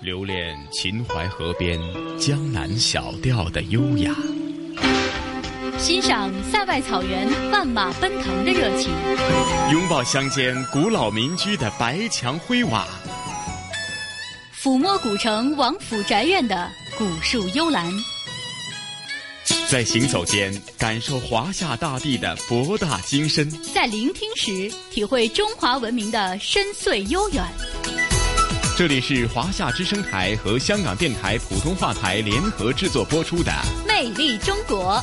留恋秦淮河边江南小调的优雅， 欣赏塞外草原万马奔腾的热情， 拥抱乡间古老民居的白墙灰瓦， 抚摸古城王府宅院的古树幽兰， 在行走间感受华夏大地的博大精深， 在聆听时体会中华文明的深邃悠远。 这里是华夏之声台和香港电台普通话台联合制作播出的 《魅力中国》。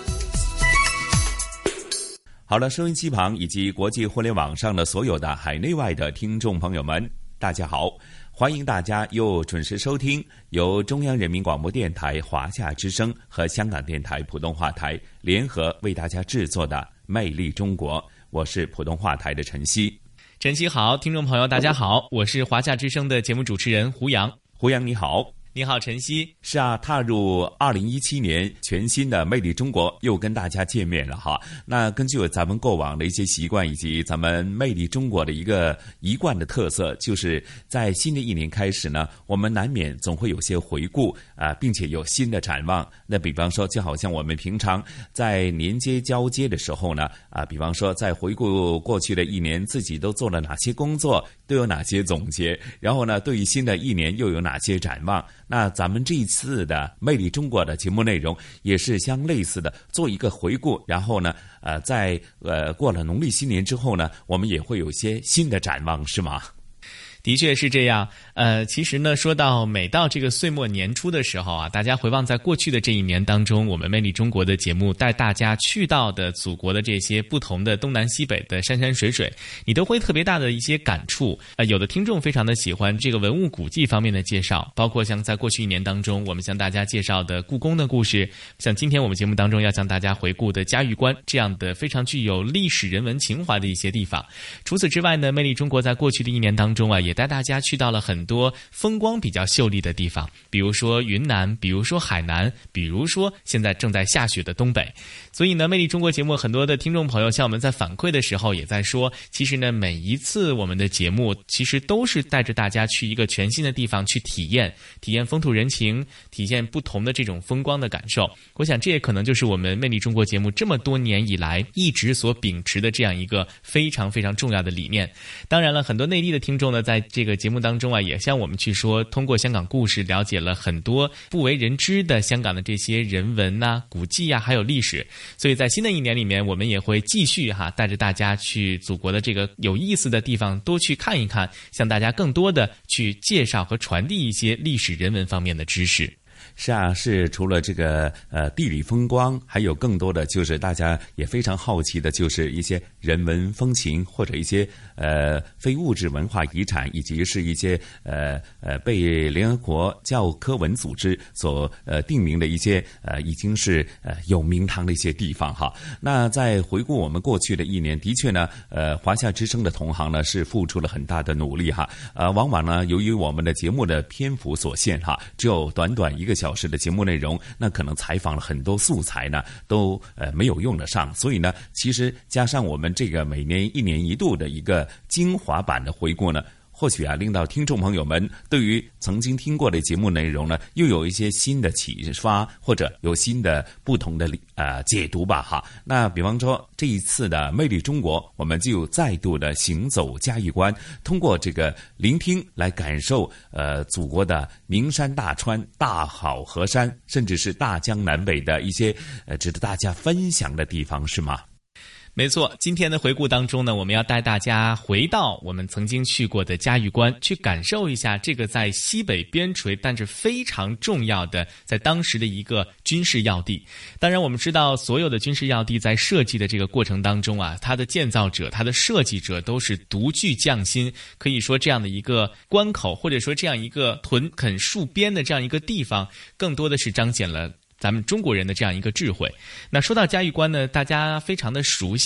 好了，收音机旁以及国际互联网上的所有的海内外的听众朋友们，大家好，欢迎大家又准时收听由中央人民广播电台华夏之声和香港电台普通话台联合为大家制作的《魅力中国》，我是普通话台的陈曦。 陈曦好，听众朋友大家好，我是华夏之声的节目主持人胡杨。 胡杨你好。 你好，陈曦。 是啊，踏入2017年，全新的魅力中国又跟大家见面了哈。那根据咱们过往的一些习惯，以及咱们魅力中国的一个一贯的特色，就是在新的一年开始呢，我们难免总会有些回顾并且有新的展望。那比方说，就好像我们平常在年节交接的时候呢，比方说在回顾过去的一年自己都做了哪些工作，都有哪些总结，然后呢，对于新的一年又有哪些展望。那咱们这一次的魅力中国的节目内容也是相类似的，做一个回顾，然后呢在过了农历新年之后呢，我们也会有一些新的展望，是吗？ 的确是这样。其实呢，说到每到这个岁末年初的时候啊，大家回望在过去的这一年当中，我们魅力中国的节目带大家去到的祖国的这些不同的东南西北的山山水水，你都会特别大的一些感触。有的听众非常的喜欢这个文物古迹方面的介绍，包括像在过去一年当中，我们向大家介绍的故宫的故事，像今天我们节目当中要向大家回顾的嘉峪关这样的非常具有历史人文情怀的一些地方。除此之外呢，魅力中国在过去的一年当中啊，也带大家去到了很多风光比较秀丽的地方，比如说云南，比如说海南，比如说现在正在下雪的东北。所以呢，魅力中国节目很多的听众朋友向我们在反馈的时候也在说，其实呢，每一次我们的节目其实都是带着大家去一个全新的地方去体验风土人情，体现不同的这种风光的感受。我想这也可能就是我们魅力中国节目这么多年以来一直所秉持的这样一个非常非常重要的理念。当然了，很多内地的听众呢，在这个节目当中啊，也向我们去说，通过香港故事了解了很多不为人知的香港的这些人文古迹还有历史。所以在新的一年里面，我们也会继续带着大家去祖国的这个有意思的地方多去看一看，向大家更多的去介绍和传递一些历史人文方面的知识。 是啊，是除了这个地理风光，还有更多的就是大家也非常好奇的，就是一些人文风情，或者一些非物质文化遗产，以及是一些被联合国教科文组织所定名的一些已经是有名堂的一些地方哈。那在回顾我们过去的一年，的确呢华夏之声的同行呢是付出了很大的努力哈。往往呢由于我们的节目的篇幅所限哈，只有短短1个小时的节目内容，那可能采访了很多素材呢都没有用得上，所以呢其实加上我们这个每年1年1度的一个精华版的回顾呢，或许令到听众朋友们对于曾经听过的节目内容呢，又有一些新的启发，或者有新的不同的解读吧哈。那比方说这一次的魅力中国，我们就再度的行走嘉峪关，通过这个聆听来感受祖国的名山大川、大好河山，甚至是大江南北的一些值得大家分享的地方，是吗？ 没错，今天的回顾当中呢，我们要带大家回到我们曾经去过的嘉峪关，去感受一下这个在西北边陲但是非常重要的在当时的一个军事要地。当然我们知道所有的军事要地在设计的这个过程当中啊，它的建造者、它的设计者都是独具匠心，可以说这样的一个关口，或者说这样一个屯垦戍边的这样一个地方，更多的是彰显了咱们中国人的这样一个智慧。那说到嘉峪关呢，大家非常的熟悉，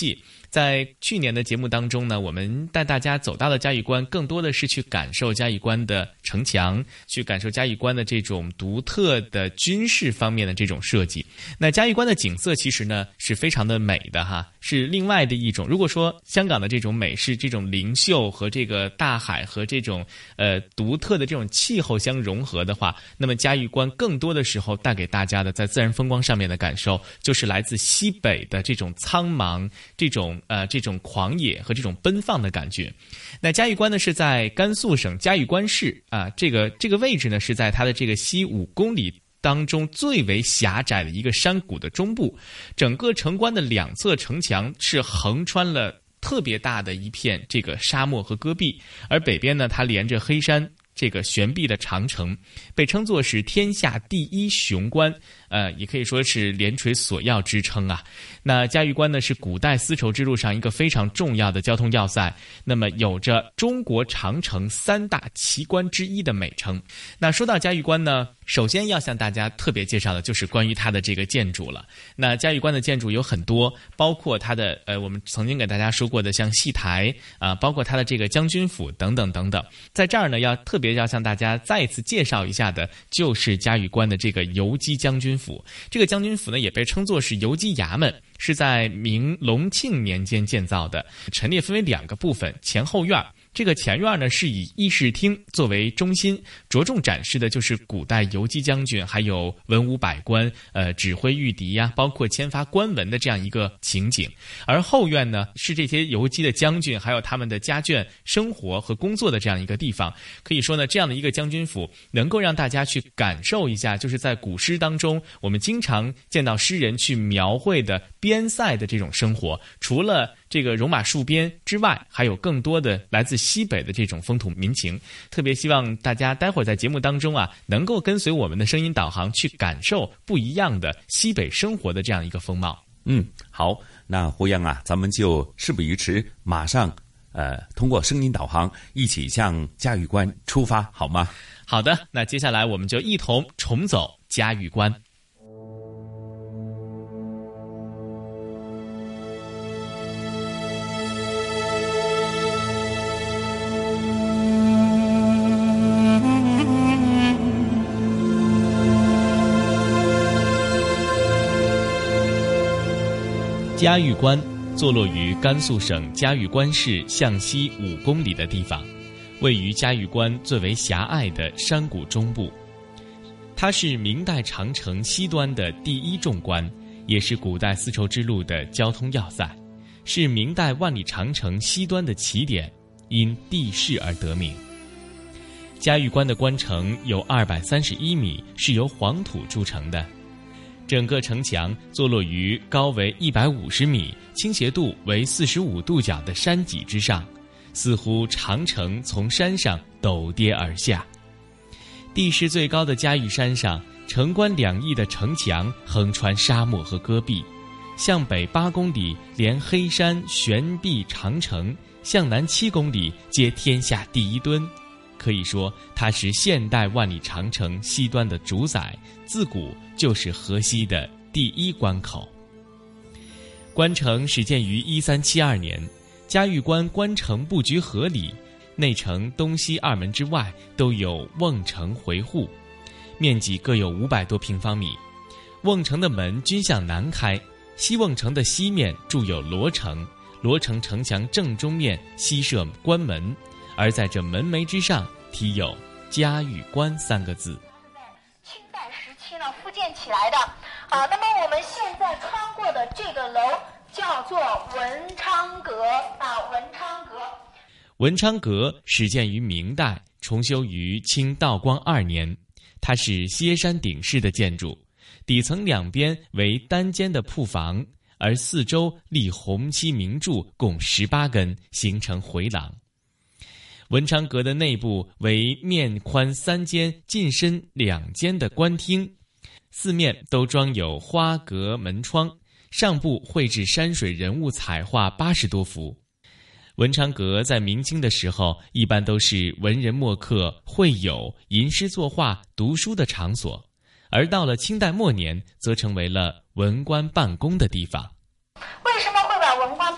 在去年的节目当中呢，我们带大家走到了嘉峪关，更多的是去感受嘉峪关的城墙，去感受嘉峪关的这种独特的军事方面的这种设计。那嘉峪关的景色其实呢是非常的美的哈，是另外的一种。如果说香港的这种美是这种灵秀和这个大海和这种独特的这种气候相融合的话，那么嘉峪关更多的时候带给大家的在自然风光上面的感受，就是来自西北的这种苍茫，这种狂野和这种奔放的感觉。那嘉峪关呢是在甘肃省嘉峪关市啊，这个位置呢是在它的这个西5公里当中最为狭窄的一个山谷的中部，整个城关的两侧城墙是横穿了特别大的一片这个沙漠和戈壁，而北边呢它连着黑山这个悬臂的长城，被称作是天下第一雄关，也可以说是连垂索要之称啊。那嘉峪关呢是古代丝绸之路上一个非常重要的交通要塞，那么有着中国长城3大奇观之一的美称。那说到嘉峪关呢，首先要向大家特别介绍的就是关于它的这个建筑了。那嘉峪关的建筑有很多，包括它的我们曾经给大家说过的像戏台啊，包括它的这个将军府等等等等。在这儿呢，特别要向大家再一次介绍一下的就是嘉峪关的这个游击将军府。这个将军府呢也被称作是游击衙门，是在明隆庆年间建造的，陈列分为2个部分，前后院。这个前院呢是以议事厅作为中心，着重展示的就是古代游击将军还有文武百官指挥御敌呀，包括签发官文的这样一个情景。而后院呢是这些游击的将军还有他们的家眷生活和工作的这样一个地方。可以说呢，这样的一个将军府能够让大家去感受一下，就是在古诗当中我们经常见到诗人去描绘的边塞的这种生活，除了这个戎马戍边之外，还有更多的来自西北的这种风土民情。特别希望大家待会儿在节目当中啊，能够跟随我们的声音导航去感受不一样的西北生活的这样一个风貌。 好，那胡杨啊，咱们就事不宜迟，马上通过声音导航一起向嘉峪关出发，好吗？ 好的，那接下来我们就一同重走嘉峪关。嘉峪关坐落于甘肃省嘉峪关市向西5公里的地方，位于嘉峪关最为狭隘的山谷中部。它是明代长城西端的第一重关，也是古代丝绸之路的交通要塞，是明代万里长城西端的起点，因地势而得名。嘉峪关的关城有231米，是由黄土筑成的。整个城墙坐落于高为150米、倾斜度为45度角的山脊之上，似乎长城从山上陡跌而下。地势最高的嘉峪山上，城关2翼的城墙横穿沙漠和戈壁，向北8公里连黑山悬臂长城，向南7公里接天下第一墩。可以说它是现代万里长城西端的主宰，自古就是河西的第一关口。关城始建于1372年，嘉峪关关城布局合理，内城东西2门之外都有瓮城回护，面积各有500多平方米。瓮城的门均向南开，西瓮城的西面筑有罗城，罗城城墙正中面西设关门，而在这门楣之上题有嘉峪关3个字。 清代时期呢复建起来的那么我们现在穿过的这个楼叫做文昌阁文昌阁。 文昌阁始建于明代，重修于清道光2年。它是歇山顶式的建筑，底层2边为单间的铺房，而四周立红漆明柱共18根，形成回廊。文昌阁的内部为面宽3间、进深2间的官厅，四面都装有花格门窗，上部绘制山水人物彩画80多幅。文昌阁在明清的时候，一般都是文人墨客会友、吟诗作画、读书的场所，而到了清代末年，则成为了文官办公的地方。 为什么会把文官办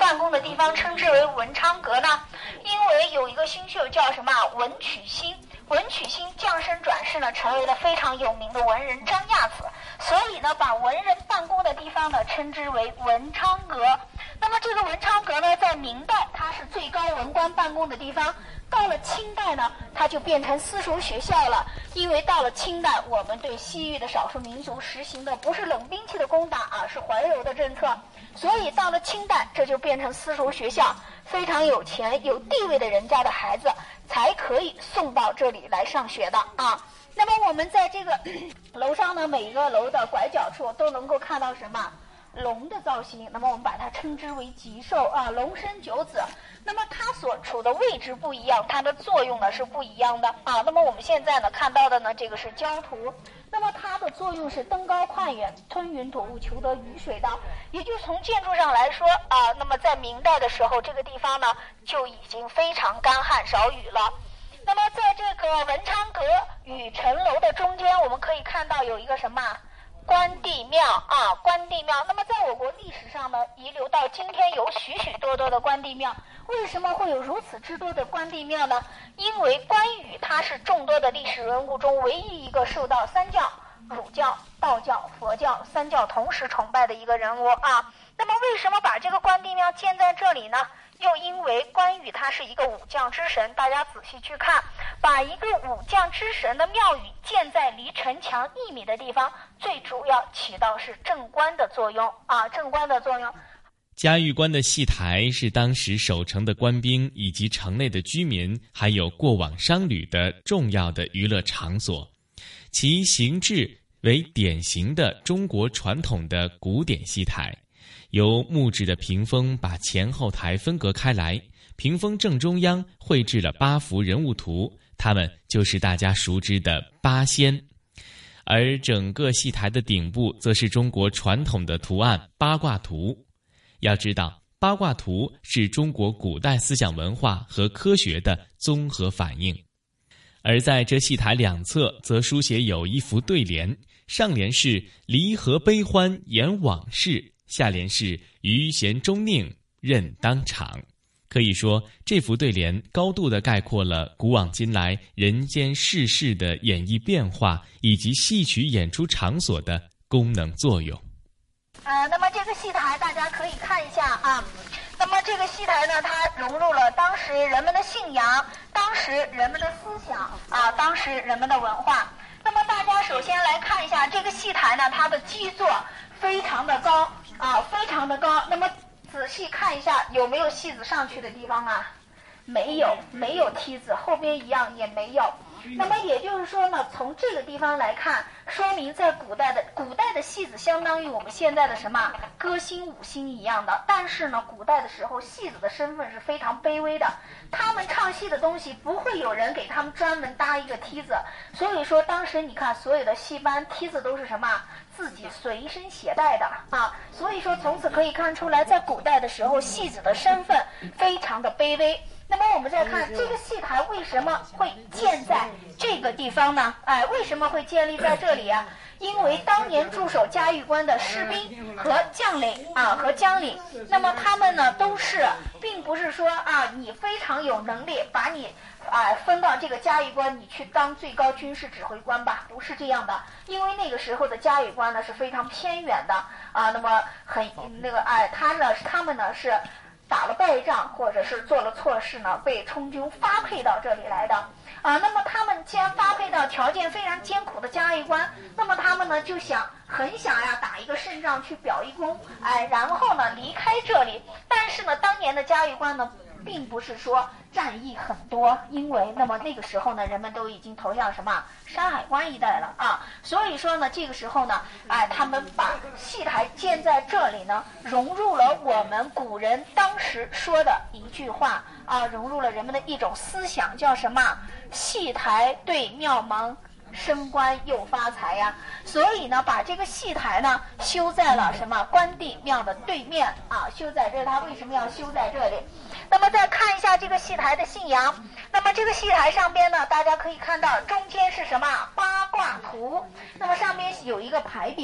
办公的地方称之为文昌阁呢？因为有一个星宿叫什么文曲星，文曲星降生转世呢，成为了非常有名的文人张亚子，所以呢，把文人办公的地方呢称之为文昌阁。那么这个文昌阁呢，在明代它是最高文官办公的地方，到了清代呢，它就变成私塾学校了。因为到了清代，我们对西域的少数民族实行的不是冷兵器的攻打啊，是怀柔的政策，所以到了清代，这就变成私塾学校，非常有钱有地位的人家的孩子才可以送到这里来上学的啊。那么我们在这个楼上呢，每一个楼的拐角处都能够看到什么？龙的造型，那么我们把它称之为吉兽啊，龙生九子。那么它所处的位置不一样，它的作用呢是不一样的啊。那么我们现在呢看到的呢，这个是焦土，那么它的作用是登高跨远、吞云吐雾、求得雨水的。也就是从建筑上来说啊，那么在明代的时候，这个地方呢就已经非常干旱少雨了。那么在这个文昌阁与城楼的中间，我们可以看到有一个什么？关帝庙啊，关帝庙。那么在我国历史上呢，遗留到今天有许许多多的关帝庙。为什么会有如此之多的关帝庙呢？因为关羽他是众多的历史人物中唯一一个受到三教儒教、道教、佛教三教同时崇拜的一个人物啊。那么为什么把这个关帝庙建在这里呢？又因为关羽他是一个武将之神，大家仔细去看，把一个武将之神的庙宇建在离城墙1米的地方，最主要起到是镇关的作用啊，镇关的作用。 嘉峪关的戏台是当时守城的官兵以及城内的居民，还有过往商旅的重要的娱乐场所，其形制为典型的中国传统的古典戏台。由木质的屏风把前后台分隔开来，屏风正中央绘制了8幅人物图，它们就是大家熟知的八仙。而整个戏台的顶部则是中国传统的图案八卦图。要知道，八卦图是中国古代思想文化和科学的综合反应。而在这戏台两侧则书写有一幅对联，上联是离合悲欢言往事，下联是余弦终宁任当场。可以说，这幅对联高度地概括了古往今来人间世事的演绎变化，以及戏曲演出场所的功能作用。 那么这个戏台大家可以看一下啊。那么这个戏台呢，它融入了当时人们的信仰，当时人们的思想啊，当时人们的文化。那么大家首先来看一下这个戏台呢，它的基座非常的高啊，非常的高。那么仔细看一下，有没有戏子上去的地方啊？没有，没有梯子，后边一样也没有。那么也就是说呢，从这个地方来看，说明在古代的戏子相当于我们现在的什么歌星舞星一样的。但是呢，古代的时候戏子的身份是非常卑微的，他们唱戏的东西不会有人给他们专门搭一个梯子，所以说当时你看所有的戏班梯子都是什么自己随身携带的啊。所以说从此可以看出来，在古代的时候戏子的身份非常的卑微。那么我们再看这个戏台为什么会建在这个地方呢？为什么会建立在这里啊？因为当年驻守嘉峪关的士兵和将领啊和将领，那么他们呢都是，并不是说啊你非常有能力把你分到这个嘉峪关，你去当最高军事指挥官吧，不是这样的。因为那个时候的嘉峪关呢是非常偏远的啊，那么他们呢是打了败仗或者是做了错事呢，被充军发配到这里来的啊。那么他们既然发配到条件非常艰苦的嘉峪关，那么他们呢就很想打一个胜仗去表一功，然后呢离开这里。但是呢，当年的嘉峪关呢并不是说战役很多，因为那么那个时候呢，人们都已经投向什么山海关一带了啊，所以说呢，这个时候呢，他们把戏台建在这里呢，融入了我们古人当时说的一句话啊，融入了人们的一种思想，叫什么？戏台对庙门，升官又发财呀。所以呢，把这个戏台呢修在了什么关帝庙的对面啊，修在这。他为什么要修在这里？那么再看一下这个戏台的信阳，那么这个戏台上边呢，大家可以看到中间是什么八卦图，那么上面有一个牌匾，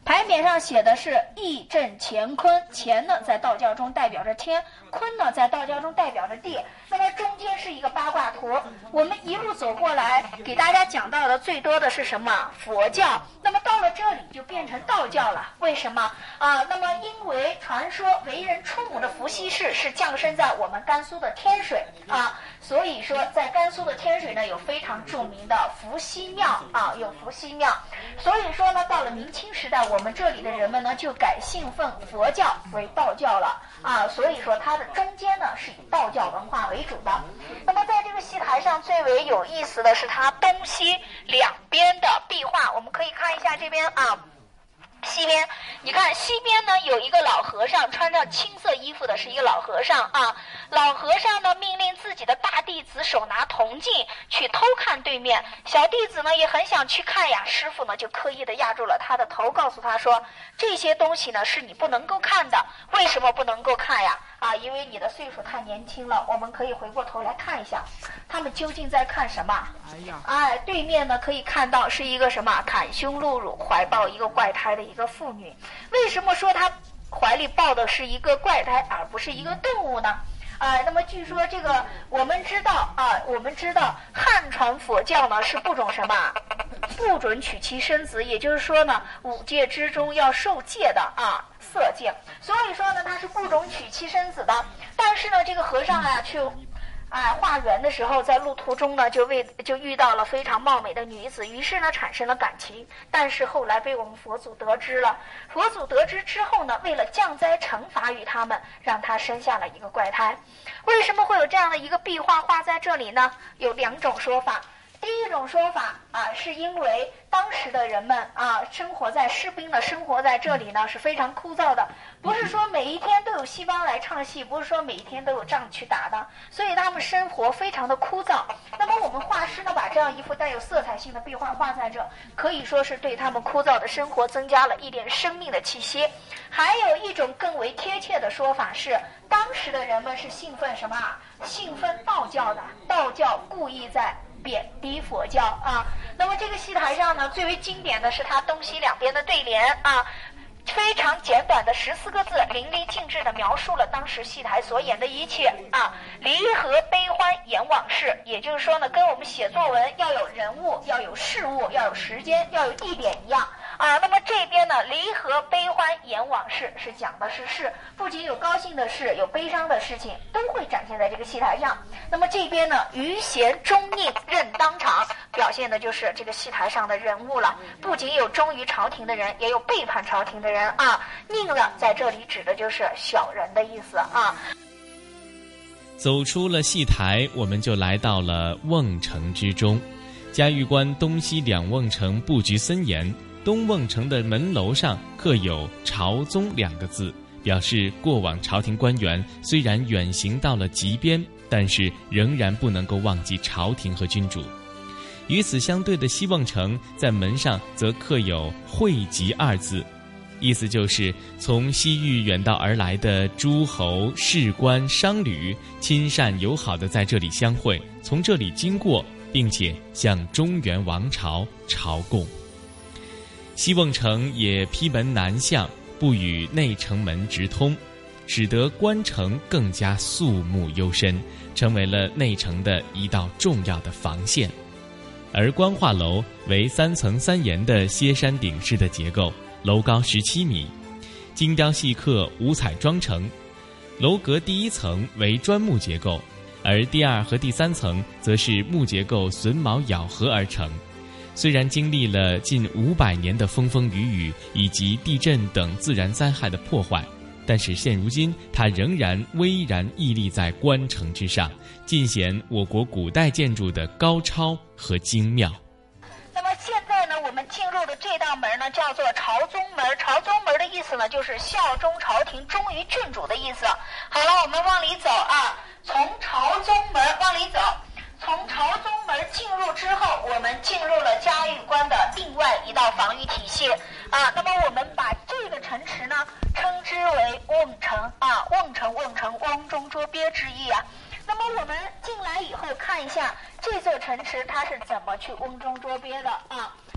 牌匾上写的是义正乾坤，乾呢在道教中代表着天，坤呢在道教中代表着地。那么中间是一个八卦图。我们一路走过来，给大家讲到的最多的是什么？佛教。那么到了这里就变成道教了。为什么啊？那么因为传说为人出母的伏羲氏是降生在我们甘肃的天水啊，所以说在甘肃的天水呢有非常著名的伏羲庙啊，有伏羲庙。所以说呢，到了明清时代，我们这里的人们呢就改信奉佛教为道教了啊，所以说它的中间呢是以道教文化为主的。那么在这个戏台上最为有意思的是它东西两边的壁画，我们可以看一下这边啊。西边，你看西边呢有一个老和尚，穿着青色衣服的是一个老和尚啊。老和尚呢命令自己的大弟子手拿铜镜去偷看对面，小弟子呢也很想去看呀，师傅呢就刻意的压住了他的头，告诉他说这些东西呢是你不能够看的。为什么不能够看呀？啊，因为你的岁数太年轻了。我们可以回过头来看一下，他们究竟在看什么？哎，对面呢可以看到是一个什么袒胸露乳，怀抱一个怪胎的一个妇女。为什么说她怀里抱的是一个怪胎而不是一个动物呢？那么据说这个我们知道汉传佛教呢是不准什么？不准娶妻生子，也就是说呢5戒之中要受戒的啊，色戒。所以说呢他是不准娶妻生子的。但是呢这个和尚啊去化缘的时候，在路途中呢就遇到了非常貌美的女子，于是呢产生了感情。但是后来被我们佛祖得知了，佛祖得知之后呢，为了降灾惩罚于他们，让他生下了一个怪胎。为什么会有这样的一个壁画画在这里呢？有2种说法。第一种说法是因为当时的人们生活在士兵呢，生活在这里呢是非常枯燥的，不是说每一天都有戏班来唱戏，不是说每一天都有仗去打的，所以他们生活非常的枯燥。那么我们画师呢，把这样一幅带有色彩性的壁画画在这，可以说是对他们枯燥的生活增加了一点生命的气息。还有一种更为贴切的说法是，当时的人们是信奉什么？信奉道教的，道教故意在贬低佛教啊。那么这个戏台上呢，最为经典的是它东西两边的对联啊，非常简短的14个字，淋漓尽致地描述了当时戏台所演的一切啊。离合悲欢演往事，也就是说呢，跟我们写作文要有人物，要有事物，要有时间，要有地点一样啊。那么这边呢，离合悲欢演往事是讲的是事，不仅有高兴的事，有悲伤的事情，都会展现在这个戏台上。那么这边呢，于贤忠佞任当场，表现的就是这个戏台上的人物了。不仅有忠于朝廷的人，也有背叛朝廷的人啊。佞呢，在这里指的就是小人的意思啊。 走出了戏台，我们就来到了瓮城之中。嘉峪关东西2瓮城布局森严，东瓮城的门楼上刻有朝宗2个字，表示过往朝廷官员虽然远行到了极边，但是仍然不能够忘记朝廷和君主。与此相对的西瓮城在门上则刻有会集2字，意思就是从西域远道而来的诸侯、士官、商旅亲善友好的在这里相会，从这里经过，并且向中原王朝朝贡。西瓮城也披门南向，不与内城门直通，使得关城更加肃穆幽深，成为了内城的一道重要的防线。而官话楼为3层3檐的歇山顶式的结构，楼高17米，精雕细刻，五彩妆成。楼阁第1层为砖木结构，而第2和第3层则是木结构榫卯咬合而成。虽然经历了近500年的风风雨雨以及地震等自然灾害的破坏，但是现如今它仍然巍然屹立在关城之上，尽显我国古代建筑的高超和精妙。 那么现在呢，我们进入的这道门呢，叫做朝宗门。朝宗门的意思呢，就是效忠朝廷、忠于郡主的意思。好了，我们往里走啊，从朝宗门往里走。从朝宗门进入之后，我们进入了嘉峪关的另外一道防御体系啊。那么我们把这个城池呢，称之为瓮城啊，瓮城，瓮中捉鳖之意啊。那么我们进来以后看一下这座城池它是怎么去瓮中捉鳖的啊。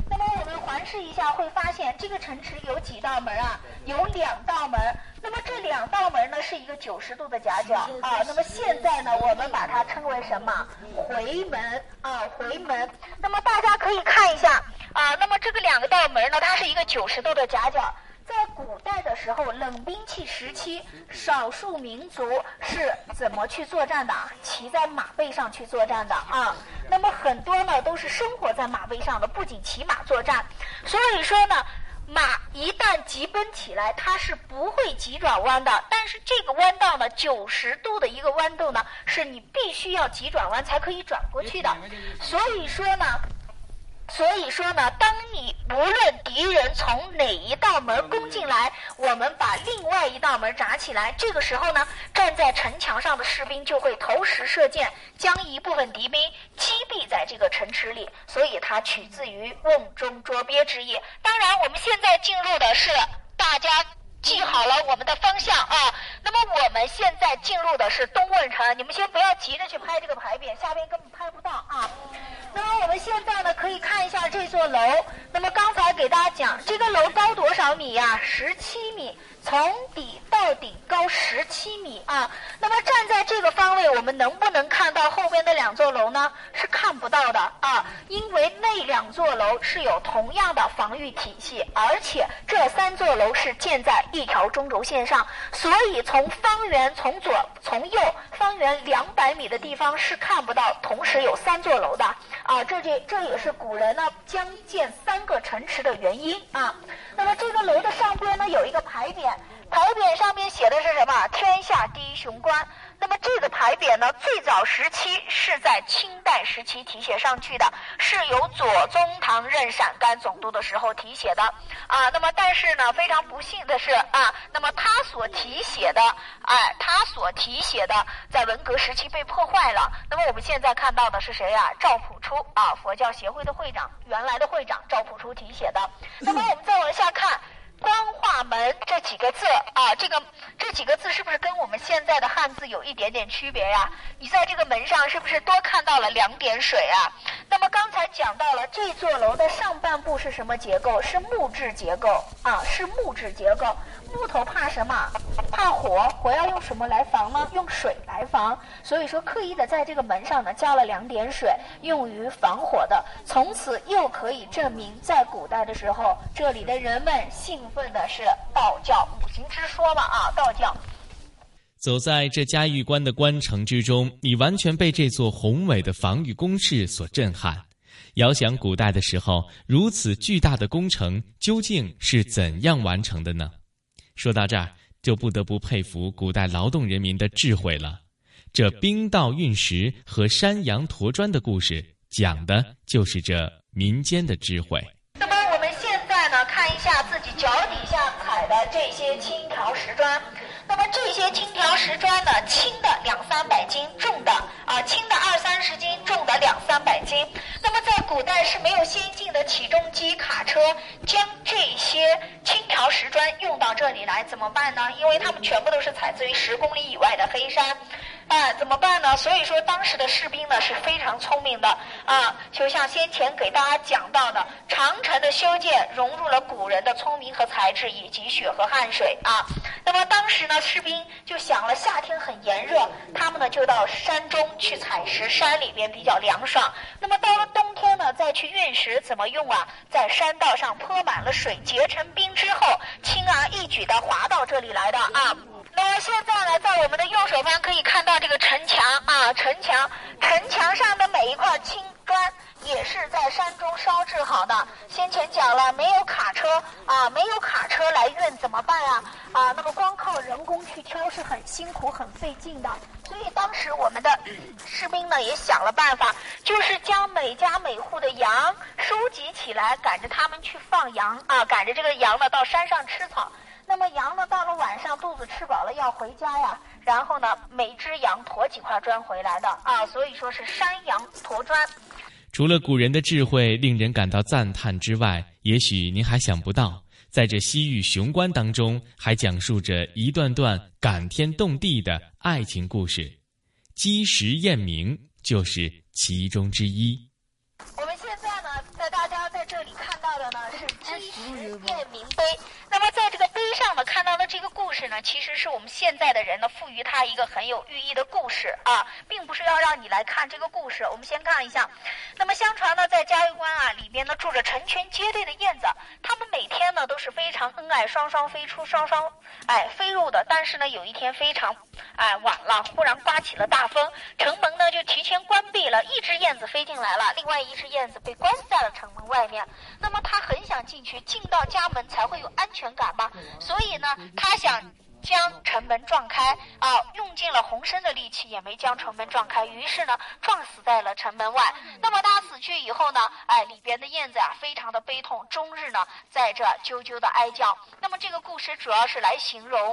那么我们环视一下，会发现这个城池有几道门啊？有2道门。那么这2道门呢是一个90度的夹角啊。那么现在呢，我们把它称为什么？回门啊，回门。那么大家可以看一下啊，那么这个2道门呢，它是一个90度的夹角。在古代的时候，冷兵器时期，少数民族是怎么去作战的？骑在马背上去作战的啊。那么很多呢都是生活在马背上的，不仅骑马作战。所以说呢，马一旦急奔起来，它是不会急转弯的。但是这个弯道呢，90度的一个弯度呢，是你必须要急转弯才可以转过去的。所以说呢，当你无论敌人从哪一道门攻进来，我们把另外一道门闸起来，这个时候呢，站在城墙上的士兵就会投石射箭，将一部分敌兵击毙在这个城池里，所以它取自于瓮中捉鳖之意。当然，我们现在进入的是大家记好了我们的方向啊。那么我们现在进入的是东问城，你们先不要急着去拍这个牌匾，下边根本拍不到啊。那么我们现在呢，可以看一下这座楼。那么刚才给大家讲，这个楼高多少米呀？17米，从底到顶高17米啊。那么站在这个方位，我们能不能看到后边的2座楼呢？是看不到的啊，因为那2座楼是有同样的防御体系，而且这3座楼是建在一条中轴线上，所以从方圆从左从右方圆200米的地方是看不到同时有3座楼的啊。这也是古人呢将建3个城池的原因啊。那么这个楼的上边呢有一个牌匾，牌匾上面写的是什么？天下第一雄关。那么这个牌匾呢，最早时期是在清代时期题写上去的，是由左宗棠任陕甘总督的时候题写的啊。那么但是呢，非常不幸的是啊，那么他所题写的在文革时期被破坏了。那么我们现在看到的是谁啊？赵朴初啊，佛教协会的会长，原来的会长赵朴初题写的。那么我们再往下看。光化门这几个字啊，这几个字是不是跟我们现在的汉字有一点点区别呀？你在这个门上是不是多看到了2点水啊？那么刚才讲到了这座楼的上半部是什么结构？是木质结构啊，是木质结构。木头怕什么？怕火，火要用什么来防呢？用水来防。所以说刻意的在这个门上呢加了2点水，用于防火的。从此又可以证明，在古代的时候，这里的人们信奉的是道教5行之说嘛啊，道教。 走在这嘉峪关的关城之中，你完全被这座宏伟的防御工事所震撼。遥想古代的时候，如此巨大的工程究竟是怎样完成的呢？说到这儿，就不得不佩服古代劳动人民的智慧了。这冰道运石和山羊驮砖的故事，讲的就是这民间的智慧。 那么我们现在呢，看一下自己脚底下踩的这些青条石砖。那么这些青条石砖呢，轻的200-300斤，重的轻的20-30斤，重的200-300斤。那么在古代是没有先进的起重机、卡车，将这些青条石砖用到这里来怎么办呢？因为他们全部都是采自于10公里以外的黑山。怎么办呢？所以说当时的士兵呢是非常聪明的啊，就像先前给大家讲到的，长城的修建融入了古人的聪明和才智，以及血和汗水啊。那么当时呢，士兵就想了，夏天很炎热，他们呢就到山中去采石，山里边比较凉爽。那么到了冬天呢，再去运石，怎么用啊？在山道上泼满了水，结成冰之后，轻而易举的滑到这里来的啊。那么现在呢，在我们的右手方可以看到这个城墙啊，城墙上的每一块青砖也是在山中烧制好的。先前讲了，没有卡车来运怎么办啊？那么光靠人工去挑是很辛苦很费劲的。所以当时我们的士兵呢也想了办法，就是将每家每户的羊收集起来，赶着他们去放羊啊，赶着这个羊呢到山上吃草。那么羊呢，到了晚上肚子吃饱了要回家呀，然后呢，每只羊驮几块砖回来的啊，所以说是山羊驮砖。 除了古人的智慧令人感到赞叹之外，也许您还想不到，在这西域雄关当中，还讲述着一段段感天动地的爱情故事，鸡食雁鸣就是其中之一。 我们现在呢，大家在这里看到到的呢是积石验明碑。那么在这个碑上呢看到的这个故事呢，其实是我们现在的人呢赋予它一个很有寓意的故事啊，并不是要让你来看这个故事。我们先看一下，那么相传呢，在嘉峪关啊里边呢住着成群结队的燕子，它们每天呢都是非常恩爱，双双飞出，双双飞入的。但是呢有一天非常晚了，忽然刮起了大风，城门呢就提前关闭了，一只燕子飞进来了，另外一只燕子被关在了城门外面。那么它很想进去，进到家门才会有安全感嘛，所以呢它想将城门撞开用尽了浑身的力气也没将城门撞开，于是呢撞死在了城门外。那么他死去以后呢里边的燕子非常的悲痛，终日呢在这啾啾的哀叫。那么这个故事主要是来形容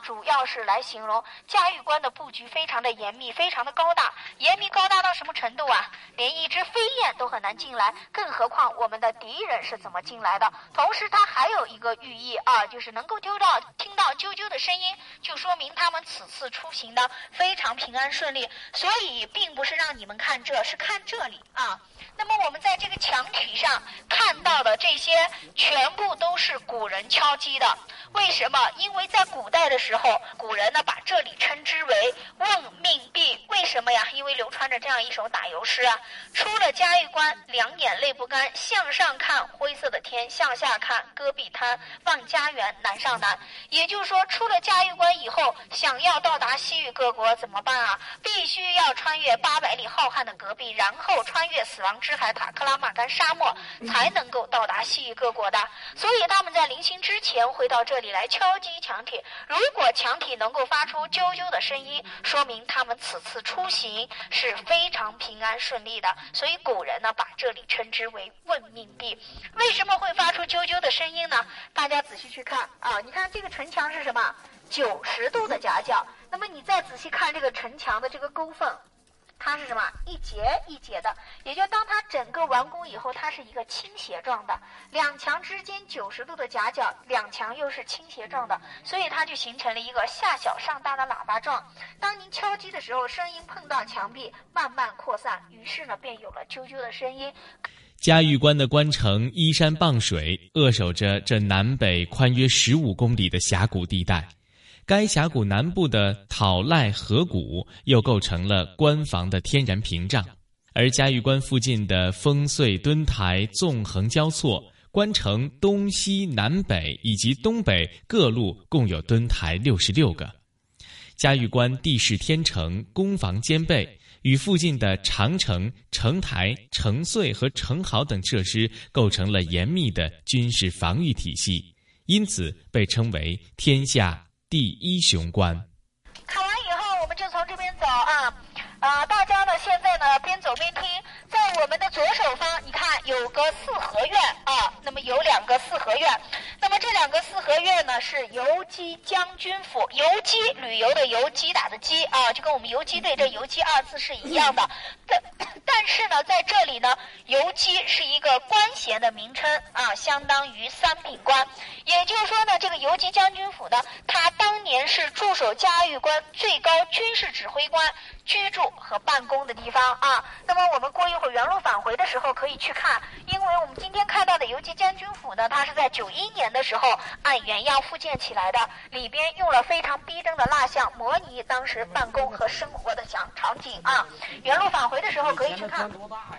嘉峪关的布局非常的严密，非常的高大，严密高大到什么程度啊？连一只飞燕都很难进来，更何况我们的敌人是怎么进来的。同时它还有一个寓意就是能够听到啾啾的声音，就说明他们此次出行呢非常平安顺利。所以并不是让你们看这，是看这里那么我们在这个墙体上看到的这些全部都是古人敲击的。为什么？因为在古代的时候，古人呢把这里称之为问命壁。为什么呀？因为流传着这样一首打油诗出了嘉峪关，两眼泪不干，向上看灰色的天，向下看戈壁滩，望家园难上难。也就是说，出了嘉峪关以后，想要到达西域各国怎么办必须要穿越800里浩瀚的戈壁，然后穿越死亡之海塔克拉玛干沙漠，才能够到达西域各国的。所以他们在临行之前会到这里来敲击墙体，如果墙体能够发出啾啾的声音，说明他们此次出行是非常平安顺利的。所以古人呢把这里称之为问命壁。为什么会发出啾啾的声音呢？大家仔细去看你看这个城墙是什么？90度的夹角。那么你再仔细看这个城墙的这个沟缝，它是什么？一节一节的，也就当它整个完工以后，它是一个倾斜状的，两墙之间90度的夹角，两墙又是倾斜状的，所以它就形成了一个下小上大的喇叭状。当您敲击的时候，声音碰到墙壁慢慢扩散，于是呢便有了啾啾的声音。 嘉峪关的关城依山傍水，扼守着这南北宽约15公里的峡谷地带。该峡谷南部的讨赖河谷又构成了关防的天然屏障，而嘉峪关附近的烽燧墩台纵横交错，关城东西南北以及东北各路共有墩台66个。嘉峪关地势天成，攻防兼备，与附近的长城、城台、城隧和城壕等设施构成了严密的军事防御体系，因此被称为天下第一雄关。 看完以后我们就从这边走大家呢现在呢边走边听。在我们的左手方你看有个四合院那么有2个四合院。那么这2个四合院呢是游击将军府，游击旅游的游，击打的击就跟我们游击队这游击2字是一样的。但是呢在这里呢，游击是一个官衔的名称相当于3品官。也就是说呢，这个游击将军府呢，它当年是驻守嘉峪关最高军事指挥官居住和办公的地方那么我们过一会儿原路返回的时候可以去看，因为我们今天看到的游击将军府呢，它是在91年的时候按原样复建起来的，里边用了非常逼真的蜡像，模拟当时办公和生活的场景原路返回的时候可以去看。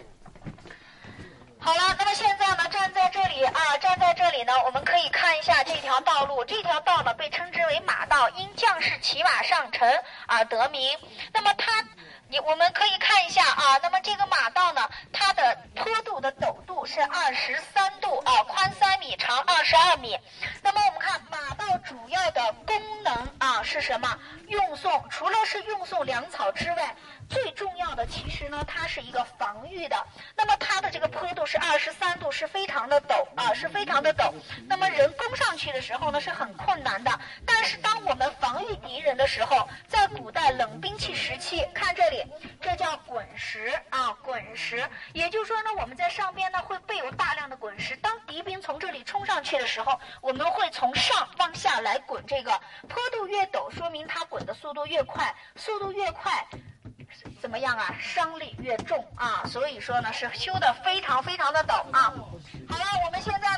好了，那么现在呢，站在这里呢，我们可以看一下这条道路。这条道呢被称之为马道，因将士骑马上城而得名。那么我们可以看一下那么这个马道呢，它的坡度的陡度是23度宽3米，长22米。那么我们看马道主要的功能是什么？运送，除了是运送粮草之外，最重要的其实呢，它是一个防御的。那么它的这个坡度是23度，是非常的陡那么人攻上去的时候呢是很困难的。但是当我们防御敌人的时候，在古代冷兵器时期，看这里，这叫滚石滚石。也就是说呢，我们在上边呢会备有大量的滚石，当敌兵从这里冲上去的时候，我们会从上往下来滚。这个坡度越陡，说明它滚的速度越快，速度越快怎么样伤力越重所以说呢是修的非常非常的陡好了，我们现在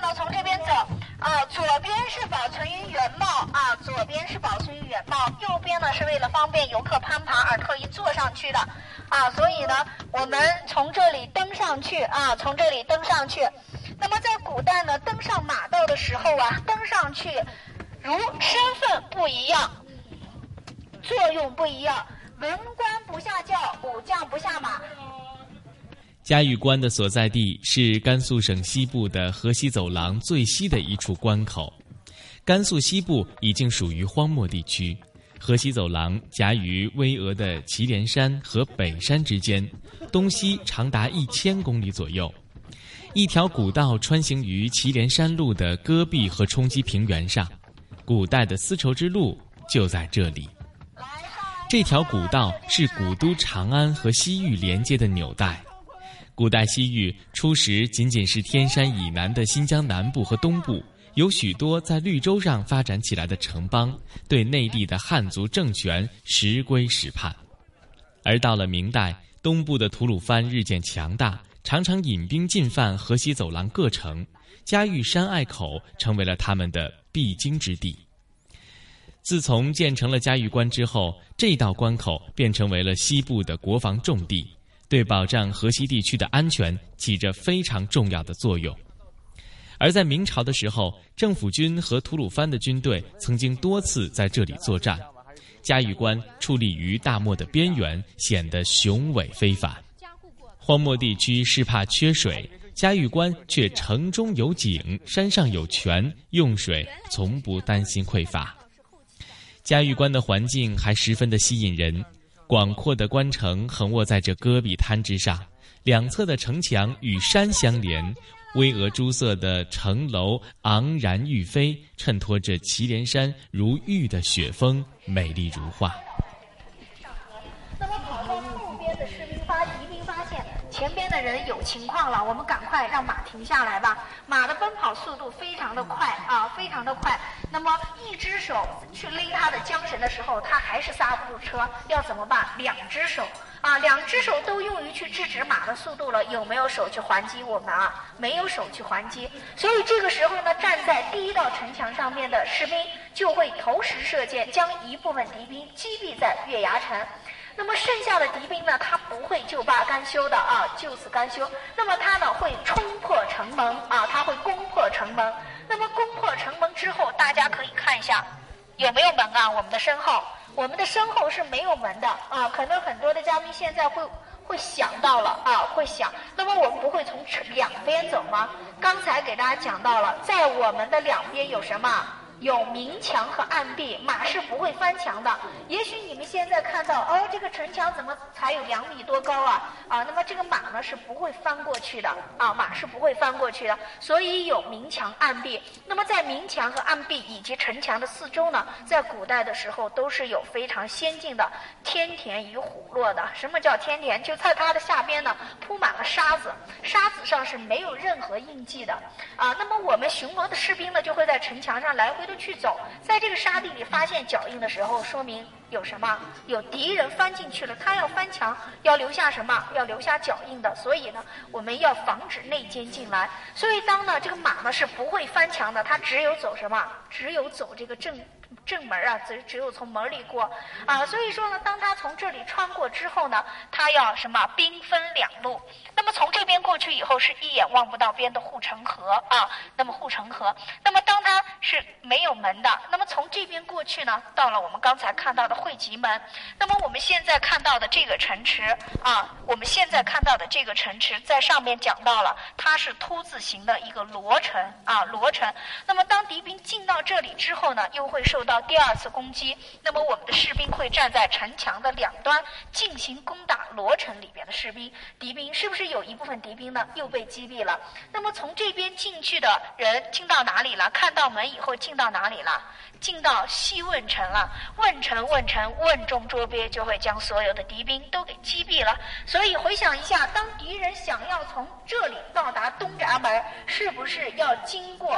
保存于原貌啊，左边是保存于原貌，右边呢是为了方便游客攀爬而特意做上去的啊，所以呢，我们从这里登上去啊，从这里登上去。那么在古代呢，登上马道的时候啊，登上去如身份不一样，作用不一样，文官不下轿，武将不下马。 嘉峪关的所在地是甘肃省西部的河西走廊最西的一处关口。甘肃西部已经属于荒漠地区，河西走廊夹于巍峨的祁连山和北山之间，东西长达1000公里左右。一条古道穿行于祁连山路的戈壁和冲积平原上，古代的丝绸之路就在这里。这条古道是古都长安和西域连接的纽带。古代西域初时仅仅是天山以南的新疆南部和东部，有许多在绿洲上发展起来的城邦，对内地的汉族政权时归时叛。而到了明代，东部的吐鲁番日渐强大，常常引兵进犯河西走廊各城，嘉峪山隘口成为了他们的必经之地。自从建成了嘉峪关之后，这道关口便成为了西部的国防重地，对保障河西地区的安全起着非常重要的作用。而在明朝的时候，政府军和吐鲁番的军队曾经多次在这里作战。嘉峪关矗立于大漠的边缘，显得雄伟非凡。荒漠地区是怕缺水，嘉峪关却城中有井，山上有泉，用水从不担心匮乏。嘉峪关的环境还十分的吸引人，广阔的关城横卧在这戈壁滩之上，两侧的城墙与山相连，巍峨朱色的城楼昂然欲飞，衬托着祁连山如玉的雪峰，美丽如画。 那么跑到后边的敌兵发现前边的人有情况了，我们赶快让马停下来吧。马的奔跑速度非常的快啊，非常的快。那么一只手去勒他的缰绳的时候，他还是刹不住车，要怎么办？两只手啊，两只手都用于去制止马的速度了，有没有手去还击我们啊？没有手去还击，所以这个时候呢，站在第一道城墙上面的士兵就会投石射箭，将一部分敌兵击毙在月牙城。那么剩下的敌兵呢，他不会就罢甘休的啊，就此甘休。那么他呢会冲破城门啊，他会攻破城门。那么攻破城门之后，大家可以看一下有没有门啊？我们的身后是没有门的啊。可能很多的嘉宾现在会想到了啊，会想。那么我们不会从两边走吗？刚才给大家讲到了，在我们的两边有什么？有明墙和暗壁，马是不会翻墙的。也许你们现在看到，哦，这个城墙怎么才有2米多高啊？啊，那么这个马呢是不会翻过去的啊，马是不会翻过去的。所以有明墙暗壁。那么在明墙和暗壁以及城墙的四周呢，在古代的时候都是有非常先进的天田与虎落的。什么叫天田？就在它的下边呢铺满了沙子，沙子上是没有任何印记的啊。那么我们巡逻的士兵呢就会在城墙上来回的去走，在这个沙地里发现脚印的时候，说明有什么？有敌人翻进去了，他要翻墙，要留下什么？要留下脚印的。所以呢，我们要防止内奸进来。所以当呢这个马呢是不会翻墙的，它只有走什么？只有走这个正门啊，只有从门里过啊。所以说呢，当他从这里穿过之后呢，他要什么？兵分两路。那么从这边过去以后，是一眼望不到边的护城河啊。那么护城河，那么当它是没有门的，那么从这边过去呢，到了我们刚才看到的会稽门。那么我们现在看到的这个城池啊，在上面讲到了，它是凸字形的一个罗城啊，罗城。那么当敌兵进到这里之后呢，又会受到第二次攻击。那么我们的士兵会站在城墙的两端进行攻打罗城里边的士兵。敌兵是不是有一部分敌兵呢又被击毙了？那么从这边进去的人进到哪里了？看到门以后进到哪里了？进到西汶城了。汶城，汶中捉鳖，就会将所有的敌兵都给击毙了。所以回想一下，当敌人想要从这里到达东闸门，是不是要经过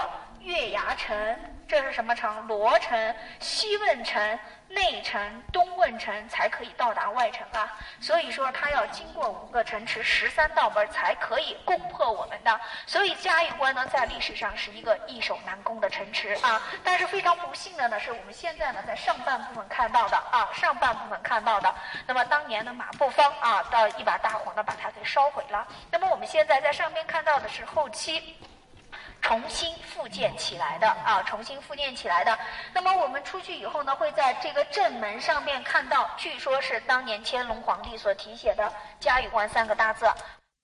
月牙城，这是什么城？罗城、西汶城、内城、东汶城才可以到达外城啊。所以说它要经过5个城池、13道门才可以攻破我们的。所以嘉峪关呢，在历史上是一个易守难攻的城池啊。但是非常不幸的呢，是我们现在呢在上半部分看到的啊，那么当年呢马步芳啊，到一把大火呢把它给烧毁了。那么我们现在在上面看到的是后期重新复建起来的啊，那么我们出去以后呢，会在这个正门上面看到，据说是当年乾隆皇帝所题写的“嘉峪关”3个大字。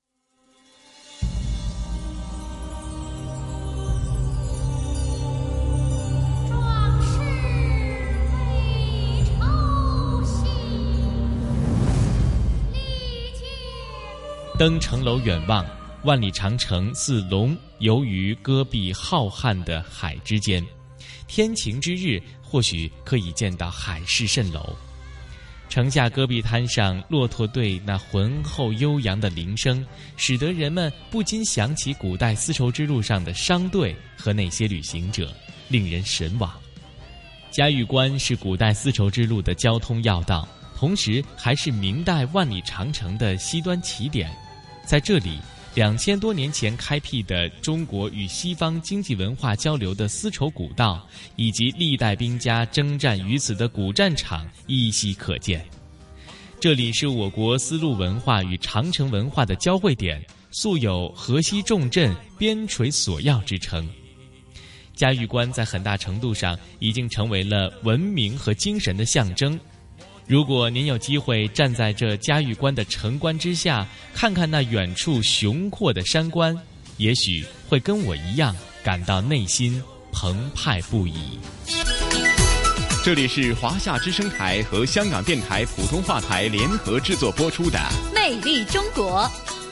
登城楼远望，万里长城似龙游于戈壁浩瀚的海之间。天晴之日，或许可以见到海市蜃楼。城下戈壁滩上骆驼队那浑厚悠扬的铃声，使得人们不禁想起古代丝绸之路上的商队和那些旅行者，令人神往。嘉峪关是古代丝绸之路的交通要道，同时还是明代万里长城的西端起点。在这里，2000多年前开辟的中国与西方经济文化交流的丝绸古道，以及历代兵家征战于此的古战场依稀可见。这里是我国丝路文化与长城文化的交汇点，素有河西重镇、边陲锁要之称。嘉峪关在很大程度上已经成为了文明和精神的象征。如果您有机会站在这嘉峪关的城关之下，看看那远处雄阔的山关，也许会跟我一样感到内心澎湃不已。 这里是华夏之声台和香港电台普通话台联合制作播出的 《魅力中国》。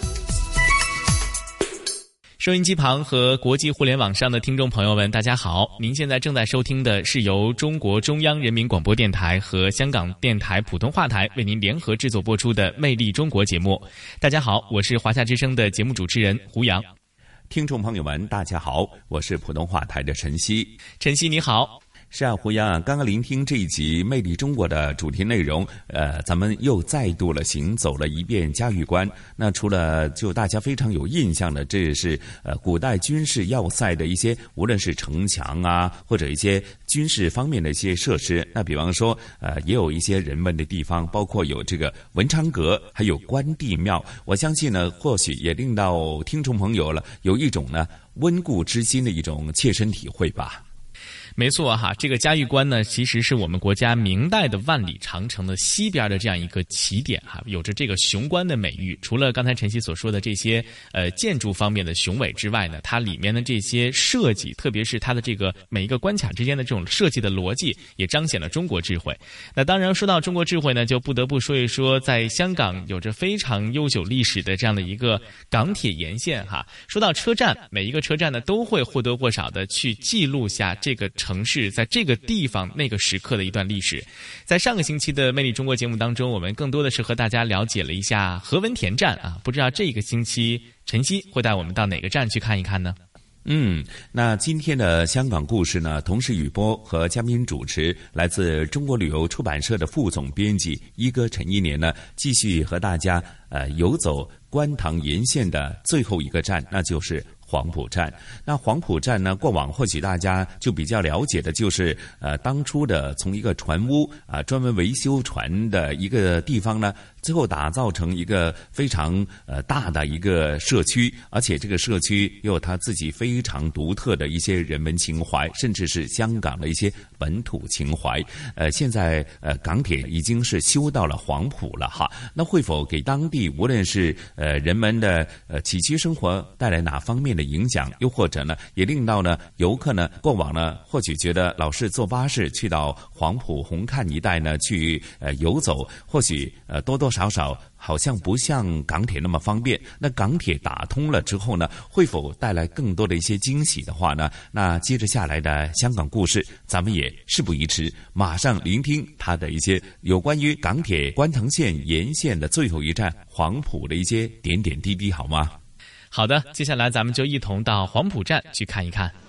收音机旁和国际互联网上的听众朋友们，大家好！您现在正在收听的是由中国中央人民广播电台和香港电台普通话台为您联合制作播出的《魅力中国》节目。大家好，我是华夏之声的节目主持人胡杨。 听众朋友们，大家好，我是普通话台的陈曦。 陈曦你好。 是啊，胡杨，刚刚聆听这一集《魅力中国》的主题内容，咱们又再度了行走了一遍嘉峪关。那除了就大家非常有印象的，这是古代军事要塞的一些，无论是城墙啊，或者一些军事方面的一些设施。那比方说，也有一些人文的地方，包括有这个文昌阁，还有关帝庙。我相信呢，或许也令到听众朋友了有一种呢温故知新的一种切身体会吧。 没错哈，这个嘉峪关呢，其实是我们国家明代的万里长城的西边的这样一个起点哈，有着这个雄关的美誉。除了刚才陈曦所说的这些建筑方面的雄伟之外呢，它里面的这些设计，特别是它的这个每一个关卡之间的这种设计的逻辑，也彰显了中国智慧。那当然说到中国智慧呢，就不得不说一说在香港有着非常悠久历史的这样的一个港铁沿线哈。说到车站，每一个车站呢都会或多或少的去记录下这个城市在这个地方那个时刻的一段历史。在上个星期的《魅力中国》节目当中，我们更多的是和大家了解了一下何文田站啊，不知道这个星期陈曦会带我们到哪个站去看一看呢？ 那今天的香港故事呢，同时雨波和嘉宾主持来自中国旅游出版社的副总编辑一哥陈一年呢，继续和大家游走观塘沿线的最后一个站，那就是黄埔站。那黄埔站呢，过往或许大家就比较了解的就是当初的从一个船坞专门维修船的一个地方呢，最后打造成一个非常大的一个社区，而且这个社区又有它自己非常独特的一些人文情怀，甚至是香港的一些本土情怀。现在港铁已经是修到了黄埔了哈，那会否给当地无论是人们的起居生活带来哪方面的影响，又或者呢也令到呢游客呢过往呢或许觉得老是坐巴士去到黄埔红磡一带呢去游走，或许多多少少好像不像港铁那么方便。那港铁打通了之后呢，会否带来更多的一些惊喜的话呢？那接着下来的香港故事，咱们也事不宜迟，马上聆听它的一些有关于港铁观塘线沿线的最后一站黄埔的一些点点滴滴，好吗？ 好的，接下来咱们就一同到黄埔站去看一看。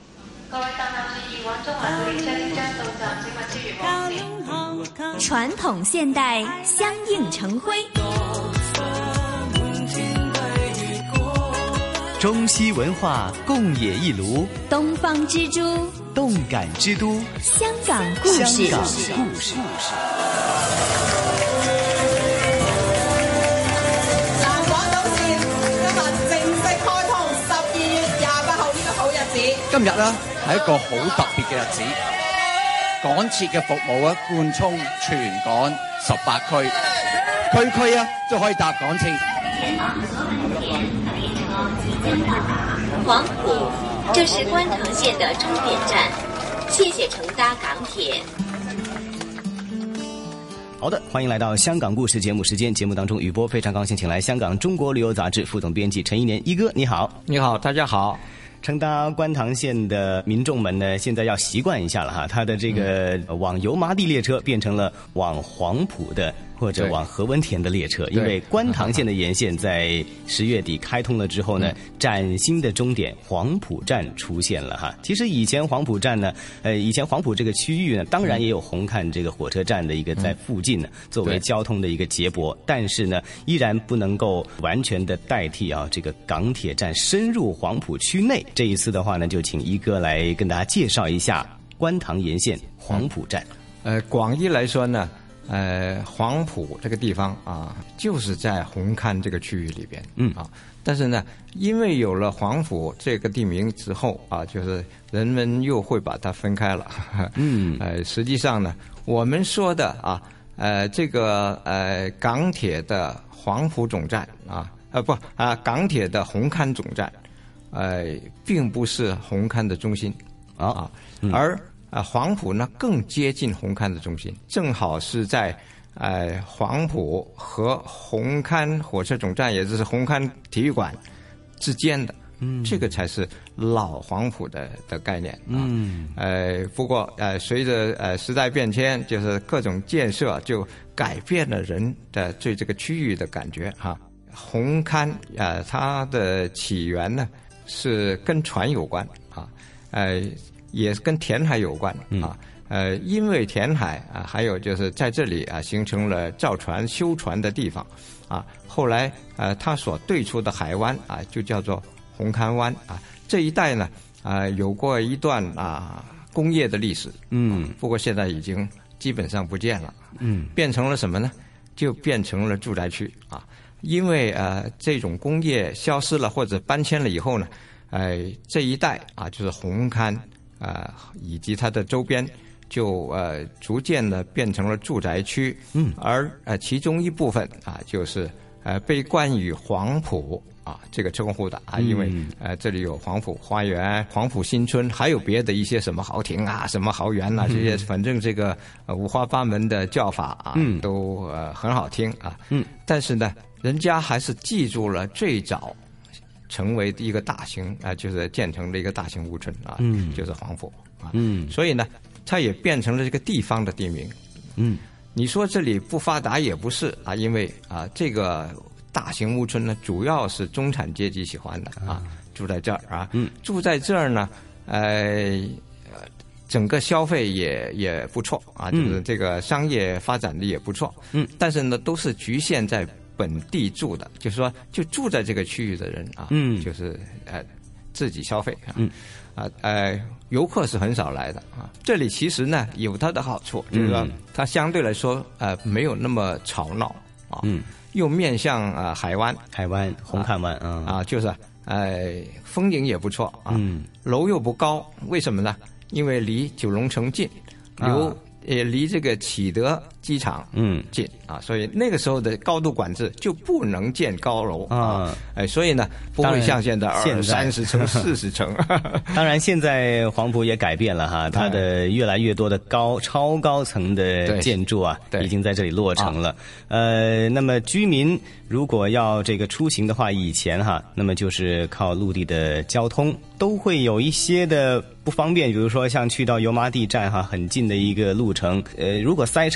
传统现代相映成辉， 中西文化共冶一炉， 东方之珠， 动感之都， 香港故事。 香港故事。 南港島線今日正式開通，12月28號呢個好日子。 今日呢係一個好特別嘅日子，港鐵嘅服務啊貫通全港18區，區區啊都可以搭港鐵。 黃埔，這是觀塘線的終點站，謝謝乘搭港鐵。 好的，歡迎來到香港故事節目時間。節目當中，雨波非常高興請來香港中國旅遊雜誌副總編輯陳一年一哥，你好。 你好，大家好。 乘搭觀塘線的民眾們呢，現在要習慣一下了哈，它的這個往油麻地列車變成了往黃埔的或者往何文田的列車，因為觀塘線的沿線在10月底開通了之後呢，嶄新的終點黃埔站出現了哈。其實以前黃埔站呢，以前黃埔這個區域呢，當然也有紅磡這個火車站的一個在附近呢，作為交通的一個接駁，但是呢，依然不能夠完全的代替啊這個港鐵站深入黃埔區內。這一次的話呢，就請一哥來跟大家介紹一下觀塘沿線黃埔站。 廣義來說呢，黃埔這個地方啊，就是在紅磡這個區域裏邊，但是呢，因為有了黃埔這個地名之後啊，就是人們又會把它分開了。實際上呢，我們說的啊，這個港鐵的黃埔總站港鐵的紅磡總站，並不是紅磡的中心而黃埔呢更接近紅磡的中心，正好是在黃埔和紅磡火車總站，也就是紅磡體育館之間的，這個才是老黃埔的概念。不過隨着時代變遷，就是各種建設就改變了人的對這個區域的感覺哈。紅磡它的起源呢是跟船有關也跟填海有關因為填海還有就是在這裡形成了造船修船的地方後來它所對出的海灣就叫做紅磡灣這一帶呢有過一段工業的歷史不過現在已經基本上不見了變成了什麼呢？就變成了住宅區因為這種工業消失了或者搬遷了以後呢這一帶就是紅磡以及它的周邊就逐漸的變成了住宅區而其中一部分就是被冠以黃埔這個稱呼的因為這裡有黃埔花園、黃埔新村，還有別的一些什麼豪庭什麼豪園這些反正這個五花八門的叫法都很好聽但是呢人家還是記住了最早成為一個大型就是建成的一個大型屋村就是黃埔所以呢它也變成了這個地方的地名你說這裡不發達也不是因為這個大型屋村呢主要是中產階級喜歡的住在這兒住在這兒呢整個消費也不錯就是這個商業發展的也不錯但是呢都是局限在本地住的，就是說就住在這個區域的人就是自己消費遊客是很少來的這裡其實呢有它的好處，就是說它相對來說沒有那麼吵鬧又面向海灣紅磡灣就是風景也不錯樓又不高，為什麼呢？因為離九龍城近，離這個啟德機場近所以那個時候的高度管制就不能建高樓所以呢不會像現在30層40層當然現在黃埔也改變了哈，它的越來越多的超高層的建築已經在這裡落成了那麼居民如果要這個出行的話，以前那麼就是靠陸地的交通都會有一些的不方便，比如說像去到油麻地站很近的一個路程如果塞車的話，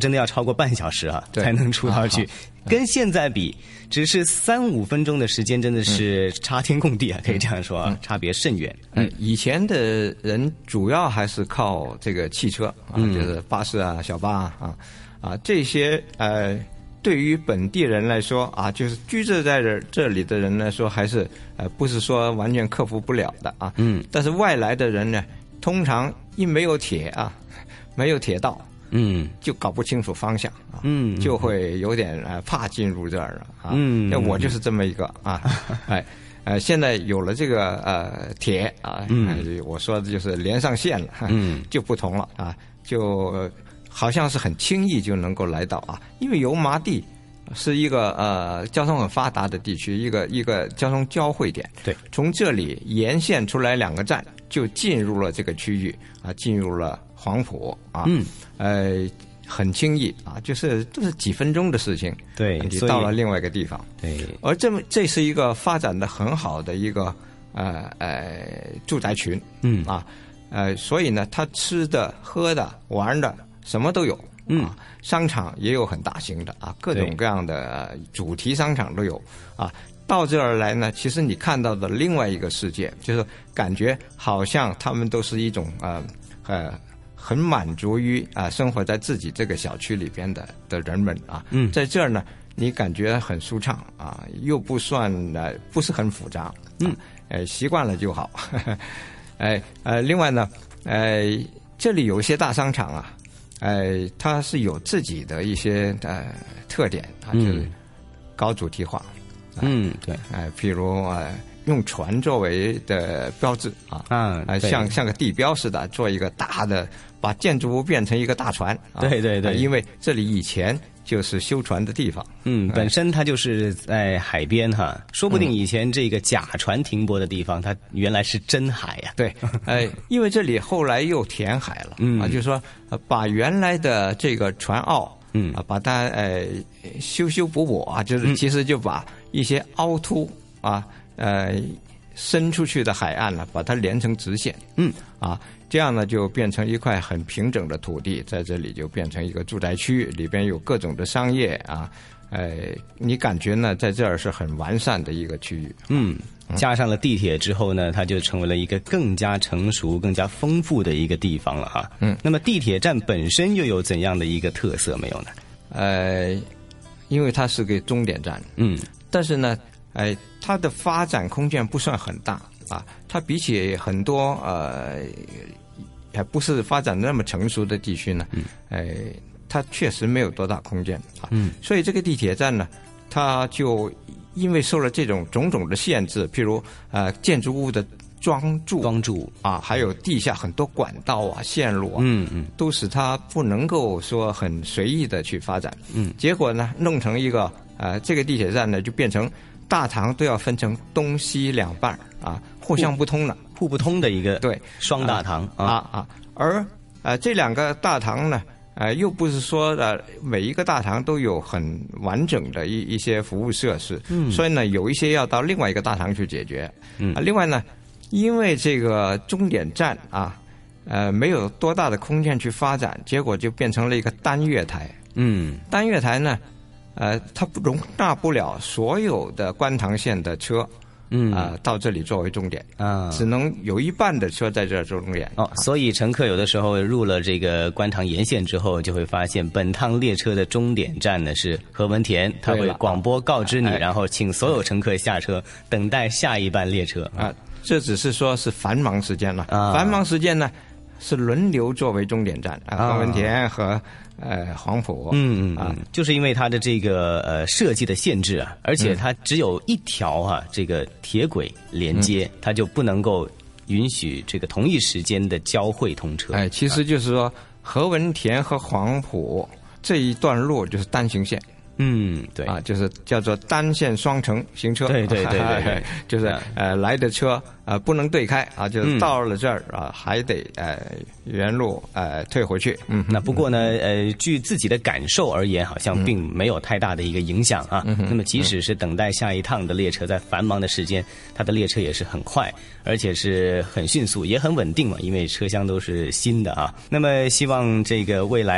真的要超过半小时啊， 对才能出到去。跟现在比，只是3-5分钟的时间，真的是差天共地啊，可以这样说啊，差别甚远。 以前的人主要还是靠这个汽车啊，就是巴士啊、小巴啊这些对于本地人来说啊，就是居住在这里的人来说，还是不是说完全克服不了的啊。但是外来的人呢，通常一没有没有铁道。就搞不清楚方向啊，就会有点怕进入这儿了啊。那我就是这么一个啊，现在有了这个铁啊，我说的就是连上线了，就不同了啊，就好像是很轻易就能够来到啊，因为油麻地是一个交通很发达的地区，一个交通交汇点。 对， 从这里沿线出来2个站就进入了这个区域啊，进入了黄埔啊。很轻易啊，都是几分钟的事情。 对， 你到了另外一个地方。 对， 而这是一个发展的很好的一个住宅群。所以呢，他吃的、喝的、玩的什么都有。商场也有很大型的啊，各种各样的主题商场都有啊。到这儿来呢，其实你看到的另外一个世界，就是感觉好像他们都是一种很满足于生活在自己这个小区里边的人们啊。在这儿呢，你感觉很舒畅啊，又不算不是很复杂。习惯了就好。另外呢，这里有一些大商场啊。它是有自己的一些特点啊，就是高主题化。 对。 譬如用船作为的标志像个地标似的，做一个大的，把建筑物变成一个大船。 对， 因为这里以前就是修船的地方。 本身它就是在海边哈，说不定以前这个假船停泊的地方，它原来是真海呀。 对，因为这里后来又填海了，就是说把原来的这个船澳，把它修补啊，就是其实就把一些凹凸啊，伸出去的海岸呢，把它连成直线。这样呢就变成一块很平整的土地，在这里就变成一个住宅区，里边有各种的商业啊。你感觉呢，在这儿是很完善的一个区域。 加上了地铁之后呢，它就成为了一个更加成熟、更加丰富的一个地方了哈。那么地铁站本身又有怎样的一个特色没有呢？ 因为它是个终点站。但是呢，它的发展空间不算很大啊。它比起很多还不是发展那么成熟的地区呢，它确实没有多大空间啊。所以这个地铁站呢，它就因为受了这种种种的限制，譬如建筑物的桩柱啊，还有地下很多管道啊、线路啊，都使它不能够说很随意的去发展。结果呢，弄成一个这个地铁站呢，就变成大堂都要分成东西两半啊，互相不通了， 互不通的一个对双大堂而这2个大堂呢，又不是说每一个大堂都有很完整的一些服务设施，所以呢，有一些要到另外一个大堂去解决。另外呢，因为这个终点站啊，没有多大的空间去发展，结果就变成了一个单月台。单月台呢，它容纳不了所有的观塘线的车。到这里作为终点只能有一半的车在这儿做终点。 所以乘客有的时候入了这个观塘沿线之后，就会发现本趟列车的终点站呢是何文田，他会广播告知你，然后请所有乘客下车，等待下一班列车这只是说是繁忙时间了，繁忙时间呢是轮流作为终点站何文田和黄埔。 就是因为它的这个设计的限制啊，而且它只有一条这个铁轨连接，它就不能够允许这个同一时间的交汇通车。 其实就是说何文田和黄埔这一段路就是单行线。 对就是叫做单线双程行车。 对， 就是来的车不能对开啊，就是到了这儿还得原路退回去。 那不过呢，据自己的感受而言，好像并没有太大的一个影响啊。那么即使是等待下一趟的列车，在繁忙的时间，它的列车也是很快，而且是很迅速，也很稳定嘛，因为车厢都是新的啊。那么希望这个未来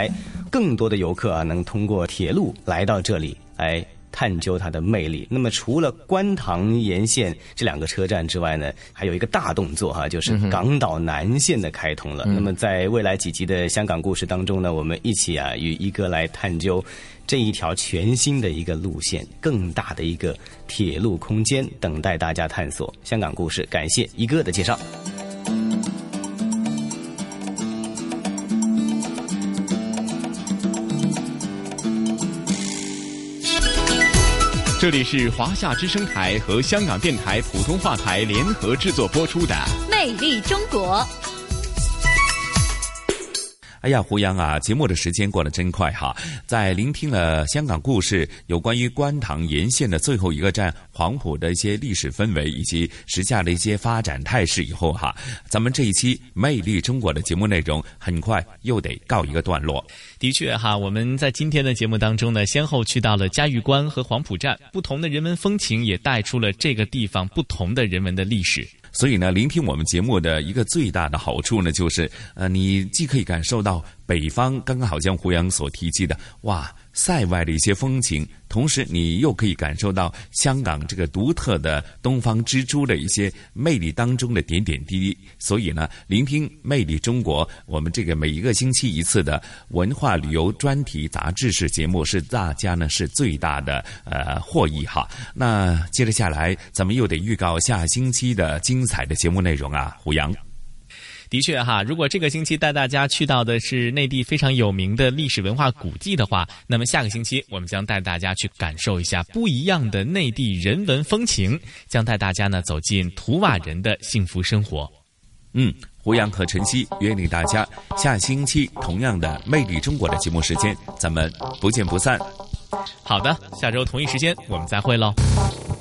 更多的游客啊能通过铁路来到这里来探究它的魅力。那么除了观塘沿线这2个车站之外呢，还有一个大动作哈，就是港岛南线的开通了。那么在未来几集的香港故事当中呢，我们一起啊与一哥来探究这一条全新的一个路线，更大的一个铁路空间等待大家探索。香港故事，感谢一哥的介绍。 这里是华夏之声台和香港电台普通话台联合制作播出的《 魅力中国》。 哎呀，胡杨啊，节目的时间过得真快哈！在聆听了香港故事有关于观塘沿线的最后一个站黄埔的一些历史氛围以及时下的一些发展态势以后哈，咱们这一期《魅力中国》的节目内容很快又得告一个段落。 的确哈，我们在今天的节目当中呢，先后去到了嘉峪关和黄埔站，不同的人文风情也带出了这个地方不同的人文的历史。 所以呢，聆听我们节目的一个最大的好处呢，就是你既可以感受到北方刚刚好像胡杨所提及的哇塞外的一些风情，同时你又可以感受到香港这个独特的东方之珠的一些魅力当中的点点滴滴。所以呢，聆听魅力中国，我们这个每一个星期一次的文化旅游专题杂志式节目，是大家呢是最大的获益哈。那接着下来，咱们又得预告下星期的精彩的节目内容啊，胡杨。 的确哈，如果这个星期带大家去到的是内地非常有名的历史文化古迹的话，那么下个星期我们将带大家去感受一下不一样的内地人文风情，将带大家呢走进图瓦人的幸福生活。 胡杨和晨曦约定大家下星期同样的魅力中国的节目时间，咱们不见不散。 好的，下周同一时间我们再会喽。